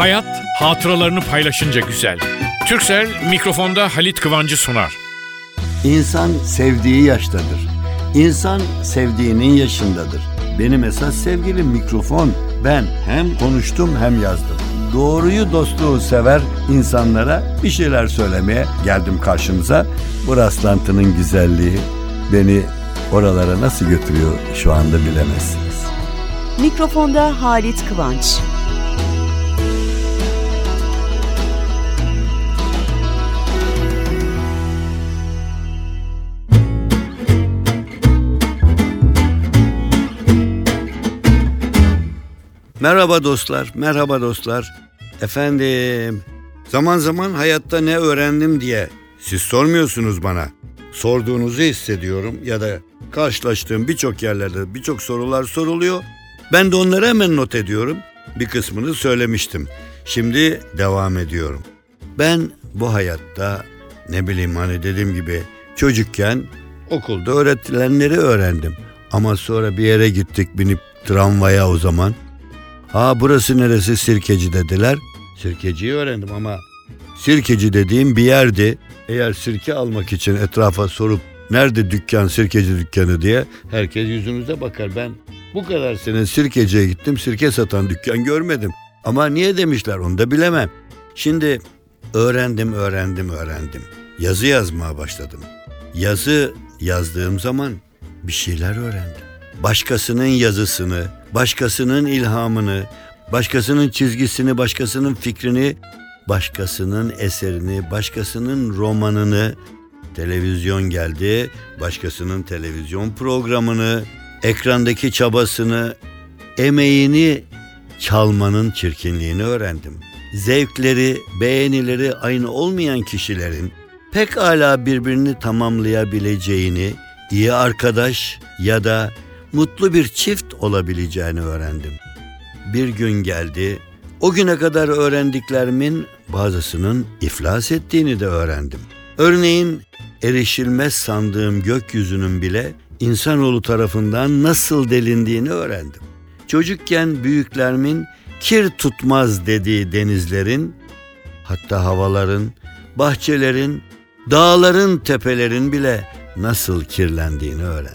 Hayat hatıralarını paylaşınca güzel. Turkcell mikrofonda Halit Kıvancı sunar. İnsan sevdiği yaştadır. İnsan sevdiğinin yaşındadır. Benim esas sevgilim mikrofon. Ben hem konuştum hem yazdım. Doğruyu, dostluğu sever insanlara bir şeyler söylemeye geldim karşınıza. Bu rastlantının güzelliği beni oralara nasıl götürüyor şu anda bilemezsiniz. Mikrofonda Halit Kıvanç. Merhaba dostlar, merhaba dostlar. Efendim, zaman zaman hayatta ne öğrendim diye siz sormuyorsunuz bana. Sorduğunuzu hissediyorum ya da karşılaştığım birçok yerlerde birçok sorular soruluyor. Ben de onları hemen not ediyorum. Bir kısmını söylemiştim. Şimdi devam ediyorum. Ben bu hayatta hani dediğim gibi çocukken okulda öğretilenleri öğrendim. Ama sonra bir yere gittik binip tramvaya o zaman. Burası neresi? Sirkeci dediler. Sirkeciyi öğrendim ama Sirkeci dediğim bir yerdi. Eğer sirke almak için etrafa sorup nerede dükkan, sirkeci dükkanı diye herkes yüzünüze bakar. Ben bu kadar sene sirkeciye gittim, sirke satan dükkan görmedim. Ama niye demişler onu da bilemem. Şimdi öğrendim. Yazı yazmaya başladım. Yazı yazdığım zaman bir şeyler öğrendim. Başkasının yazısını, başkasının ilhamını, başkasının çizgisini, başkasının fikrini, başkasının eserini, başkasının romanını, televizyon geldi, başkasının televizyon programını, ekrandaki çabasını, emeğini çalmanın çirkinliğini öğrendim. Zevkleri, beğenileri aynı olmayan kişilerin pekala birbirini tamamlayabileceğini, iyi arkadaş ya da mutlu bir çift olabileceğini öğrendim. Bir gün geldi, o güne kadar öğrendiklerimin bazısının iflas ettiğini de öğrendim. Örneğin erişilmez sandığım gökyüzünün bile insanoğlu tarafından nasıl delindiğini öğrendim. Çocukken büyüklerimin kir tutmaz dediği denizlerin, hatta havaların, bahçelerin, dağların, tepelerin bile nasıl kirlendiğini öğrendim.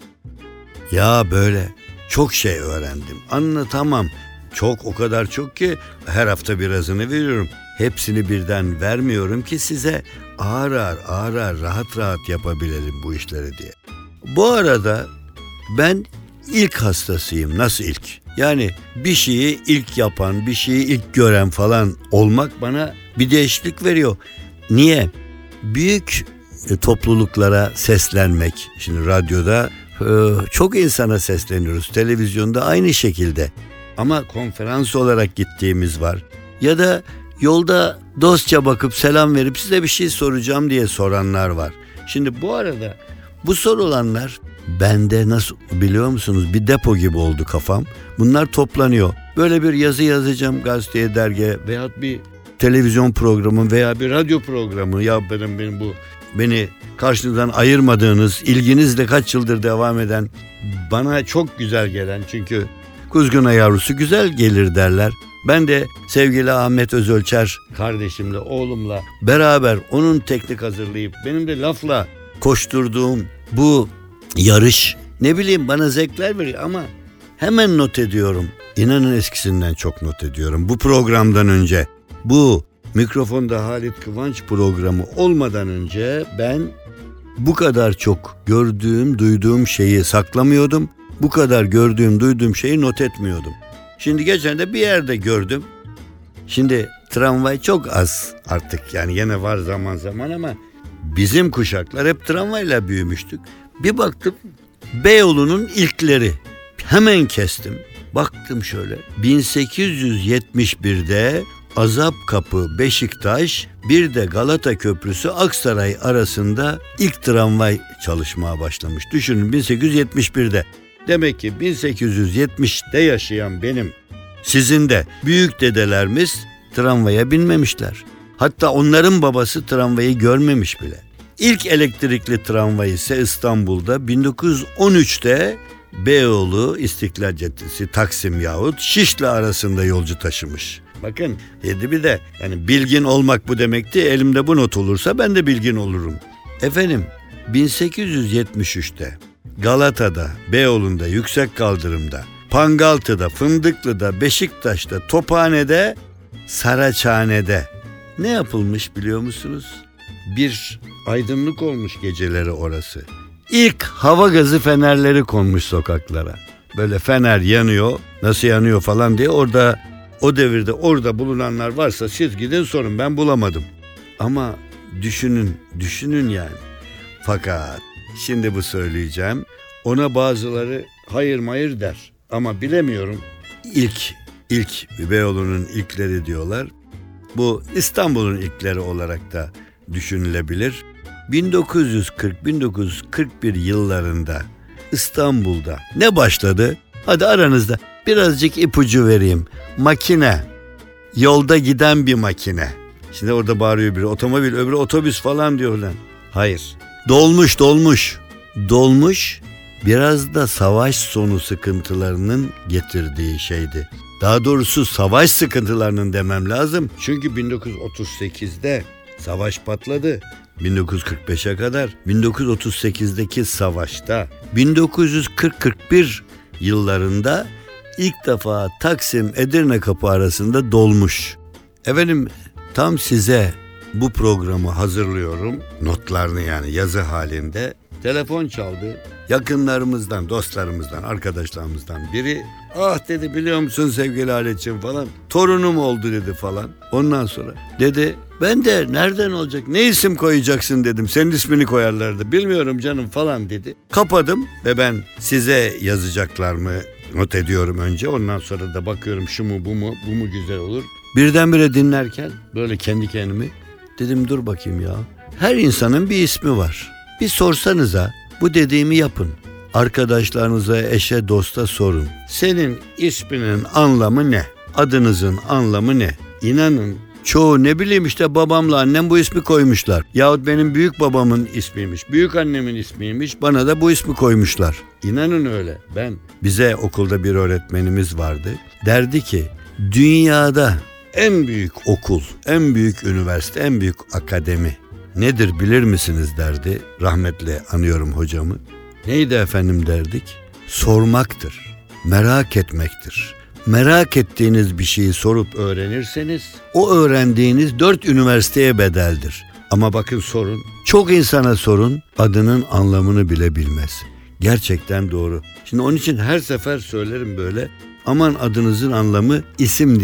Ya böyle çok şey öğrendim. Anlatamam. O kadar çok ki her hafta birazını veriyorum. Hepsini birden vermiyorum ki size ağır ağır rahat yapabilelim bu işleri diye. Bu arada ben ilk hastasıyım. Nasıl ilk? Yani bir şeyi ilk yapan, bir şeyi ilk gören falan olmak bana bir değişiklik veriyor. Niye? Büyük topluluklara seslenmek. Şimdi radyoda çok insana sesleniyoruz. Televizyonda aynı şekilde. Ama konferans olarak gittiğimiz var. Ya da yolda dostça bakıp selam verip size bir şey soracağım diye soranlar var. Şimdi bu arada bu sorulanlar bende nasıl biliyor musunuz? Bir depo gibi oldu kafam. Bunlar toplanıyor. Böyle bir yazı yazacağım gazeteye, dergiye veya bir televizyon programı veya bir radyo programı. Ya benim bu beni karşınızdan ayırmadığınız, ilginizle kaç yıldır devam eden, bana çok güzel gelen, çünkü kuzguna yavrusu güzel gelir derler. Ben de sevgili Ahmet Özölçer kardeşimle, oğlumla beraber onun teknik hazırlayıp benim de lafla koşturduğum bu yarış bana zevkler veriyor ama hemen not ediyorum. İnanın eskisinden çok not ediyorum. Bu programdan önce, bu mikrofonda Halit Kıvanç programı olmadan önce ben bu kadar çok gördüğüm, duyduğum şeyi saklamıyordum. Bu kadar gördüğüm, duyduğum şeyi not etmiyordum. Şimdi geçen de bir yerde gördüm. Şimdi tramvay çok az artık, yani yine var zaman zaman ama bizim kuşaklar hep tramvayla büyümüştük. Bir baktım Beyoğlu'nun ilkleri. Hemen kestim. Baktım şöyle 1871'de Azapkapı, Beşiktaş, bir de Galata Köprüsü, Aksaray arasında ilk tramvay çalışmaya başlamış. Düşünün 1871'de. Demek ki 1870'te yaşayan benim, sizin de büyük dedelerimiz tramvaya binmemişler. Hatta onların babası tramvayı görmemiş bile. İlk elektrikli tramvay ise İstanbul'da 1913'te Beyoğlu, İstiklal Caddesi, Taksim yahut Şişli arasında yolcu taşımış. Bakın dedi bir de yani bilgin olmak bu demekti. Elimde bu not olursa ben de bilgin olurum. Efendim 1873'te Galata'da, Beyoğlu'nda, Yüksek Kaldırım'da, Pangaltı'da, Fındıklı'da, Beşiktaş'ta, Tophane'de, Saraçhane'de ne yapılmış biliyor musunuz? Bir aydınlık olmuş geceleri orası. İlk hava gazı fenerleri konmuş sokaklara. Böyle fener yanıyor, nasıl yanıyor falan diye orada o devirde orada bulunanlar varsa siz gidin sorun, ben bulamadım. Ama düşünün yani. Fakat şimdi bu söyleyeceğim. Ona bazıları hayır mayır der ama bilemiyorum. İlk Beyoğlu'nun ilkleri diyorlar. Bu İstanbul'un ilkleri olarak da düşünülebilir. 1940-1941 yıllarında İstanbul'da ne başladı? Hadi aranızda birazcık ipucu vereyim. Makine, yolda giden bir makine. Şimdi orada bağırıyor biri otomobil, öbürü otobüs falan diyorlar. Hayır, dolmuş biraz da savaş sonu sıkıntılarının getirdiği şeydi. Daha doğrusu savaş sıkıntılarının demem lazım. Çünkü 1938'de savaş patladı. 1945'e kadar 1938'deki savaşta 1940-41 yıllarında ilk defa Taksim Edirne Kapı arasında dolmuş. Efendim tam size bu programı hazırlıyorum. Notlarını yani yazı halinde. Telefon çaldı. Yakınlarımızdan, dostlarımızdan, arkadaşlarımızdan biri ah dedi biliyor musun sevgili Haletciğim falan. Torunum oldu dedi falan. Ondan sonra dedi ben de nereden olacak ne isim koyacaksın dedim. Senin ismini koyarlardı bilmiyorum canım falan dedi. Kapadım ve ben size yazacaklar mı not ediyorum önce. Ondan sonra da bakıyorum şu mu bu mu güzel olur. Birdenbire dinlerken böyle kendi kendimi dedim dur bakayım ya. Her insanın bir ismi var. Bir sorsanıza bu dediğimi yapın. Arkadaşlarınıza, eşe, dosta sorun. Senin isminin anlamı ne? Adınızın anlamı ne? İnanın çoğu ne bileyim işte babamla annem bu ismi koymuşlar. Yahut benim büyük babamın ismiymiş, büyük annemin ismiymiş, bana da bu ismi koymuşlar. İnanın öyle. Bize okulda bir öğretmenimiz vardı. Derdi ki dünyada en büyük okul, en büyük üniversite, en büyük akademi nedir bilir misiniz derdi. Rahmetle anıyorum hocamı. Neydi efendim derdik? Sormaktır, merak etmektir. Merak ettiğiniz bir şeyi sorup öğrenirseniz o öğrendiğiniz 4 üniversiteye bedeldir. Ama bakın sorun, çok insana sorun adının anlamını bile bilmez. Gerçekten doğru. Şimdi onun için her sefer söylerim böyle. Aman adınızın anlamı isim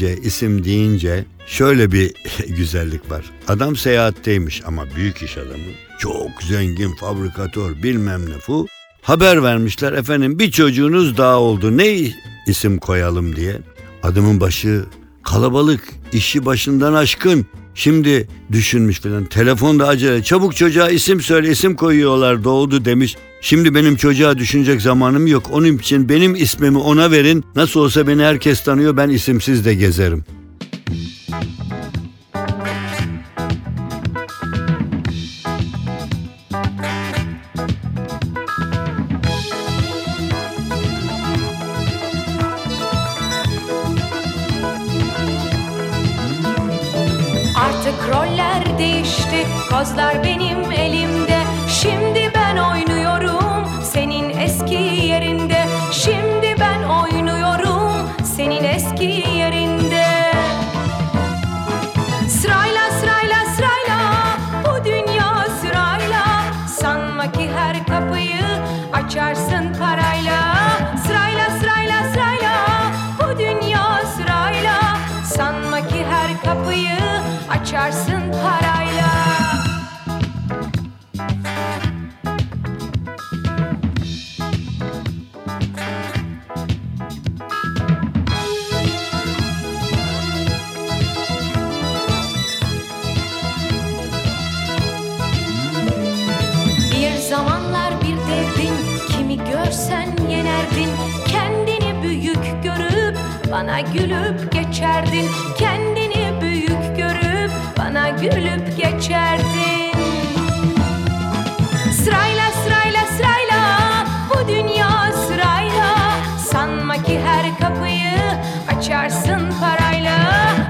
deyince şöyle bir güzellik var. Adam seyahatteymiş ama büyük iş adamı. Çok zengin, fabrikatör bilmem ne fu. Haber vermişler efendim bir çocuğunuz daha oldu. Ne isim koyalım diye. Adamın başı kalabalık, işi başından aşkın. Şimdi düşünmüş filan. Telefonda acele çabuk çocuğa isim söyle, isim koyuyorlar doğdu demiş. Şimdi benim çocuğa düşünecek zamanım yok. Onun için benim ismimi ona verin. Nasıl olsa beni herkes tanıyor, ben isimsiz de gezerim. Artık roller değişti, kozlar benim elimde. Şimdi ben oynuyorum senin eski yerinde. Şimdi ben oynuyorum senin eski yerinde. Sırayla sırayla sırayla bu dünya sırayla. Sanma ki her kapıyı açarsın parayla. Sırayla sırayla sırayla bu dünya sırayla. Sanma ki her kapıyı açarsın parayla. Bir zamanlar bir devdin, kimi görsen yenerdin. Kendini büyük görüp bana gülüp geçerdin. Kendini büyük görüp bana gülüp geçerdin. Sırayla sırayla sırayla bu dünya sırayla. Sanma ki her kapıyı açarsın parayla.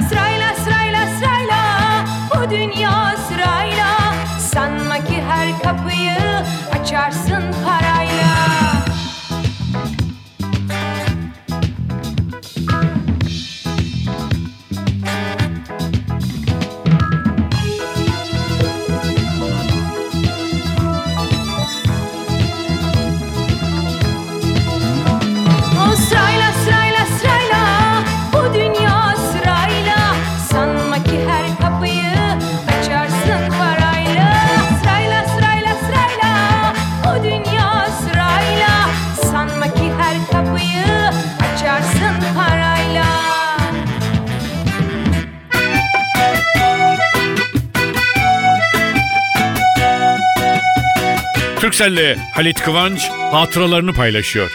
Turkcell'le Halit Kıvanç hatıralarını paylaşıyor.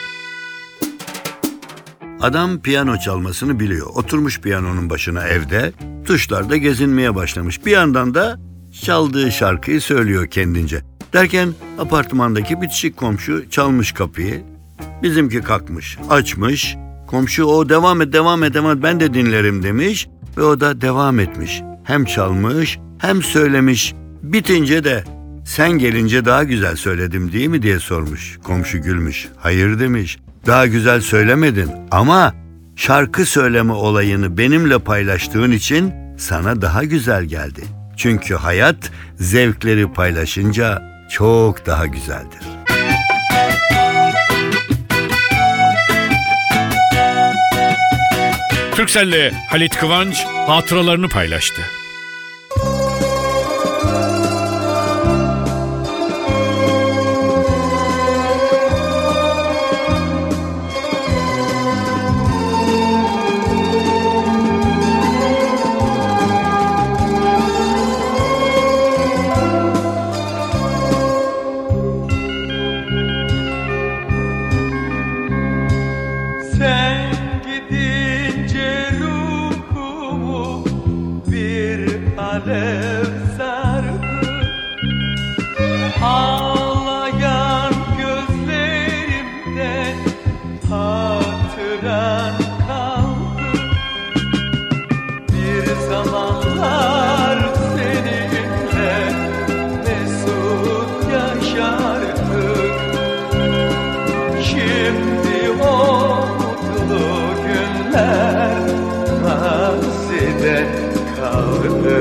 Adam piyano çalmasını biliyor. Oturmuş piyanonun başına evde, tuşlarda gezinmeye başlamış. Bir yandan da çaldığı şarkıyı söylüyor kendince. Derken apartmandaki bitişik komşu çalmış kapıyı. Bizimki kalkmış, açmış. Komşu o devam et ben de dinlerim demiş ve o da devam etmiş. Hem çalmış hem söylemiş. Bitince de sen gelince daha güzel söyledim değil mi diye sormuş. Komşu gülmüş. Hayır demiş. Daha güzel söylemedin ama şarkı söyleme olayını benimle paylaştığın için sana daha güzel geldi. Çünkü hayat zevkleri paylaşınca çok daha güzeldir. Turkcell'le Halit Kıvanç hatıralarını paylaştı. Sen gidince ruhumu bir alev sardı. Ağlayan gözlerimde hatıran kaldı. Bir zamanlar seninle mesut yaşardık. Şimdi o mutlu günler mazide kaldı.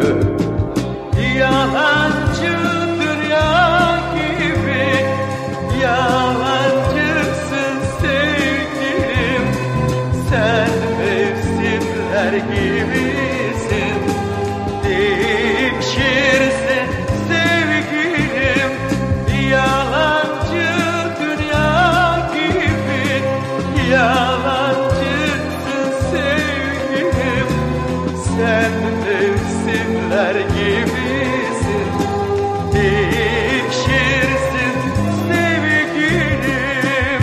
Yalancı dünya gibi yalancısın sevgilim. Sen mevsimler gibisin, değişirsin sevgilim. Yalancı dünya gibi yalancısın sevgilim. Sen mevsimler gibisin, değişirsin sevgilim.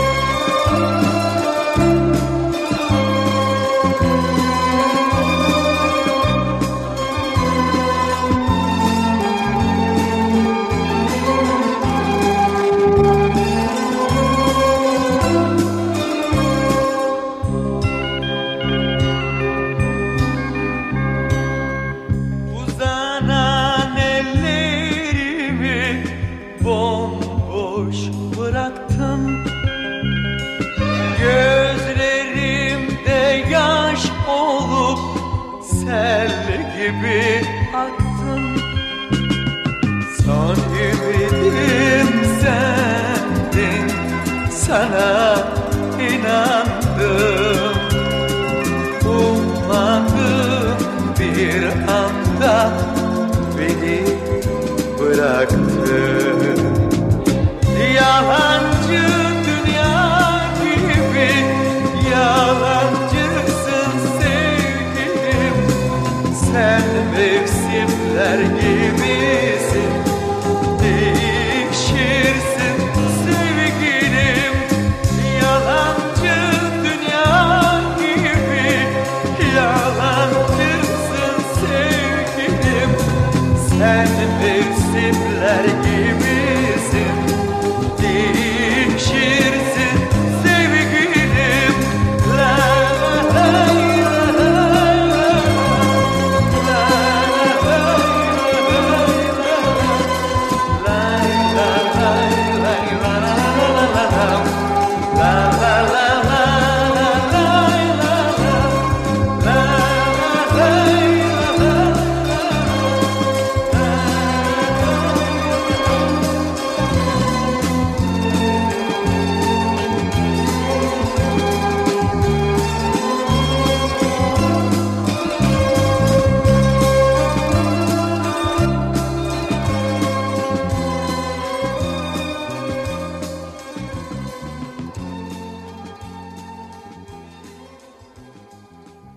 Uzanan ellerimi bomboş bıraktım. Gözlerimde yaş olup sel gibi aktın. Son ümidim sendin, sana inandım. Ummadım bir anda beni bıraktın. Yalancı dünya gibi yalancısın sevgilim. Sen mevsimler gibisin, değişirsin sevgilim. Yalancı dünya gibi yalancısın sevgilim. Sen mevsimler gibisin, değişirsin sevgilim. La la la la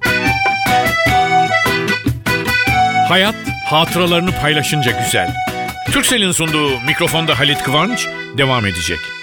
Hayat hatıralarını paylaşınca güzel. Turkcell'in sunduğu Mikrofonda Halit Kıvanç devam edecek.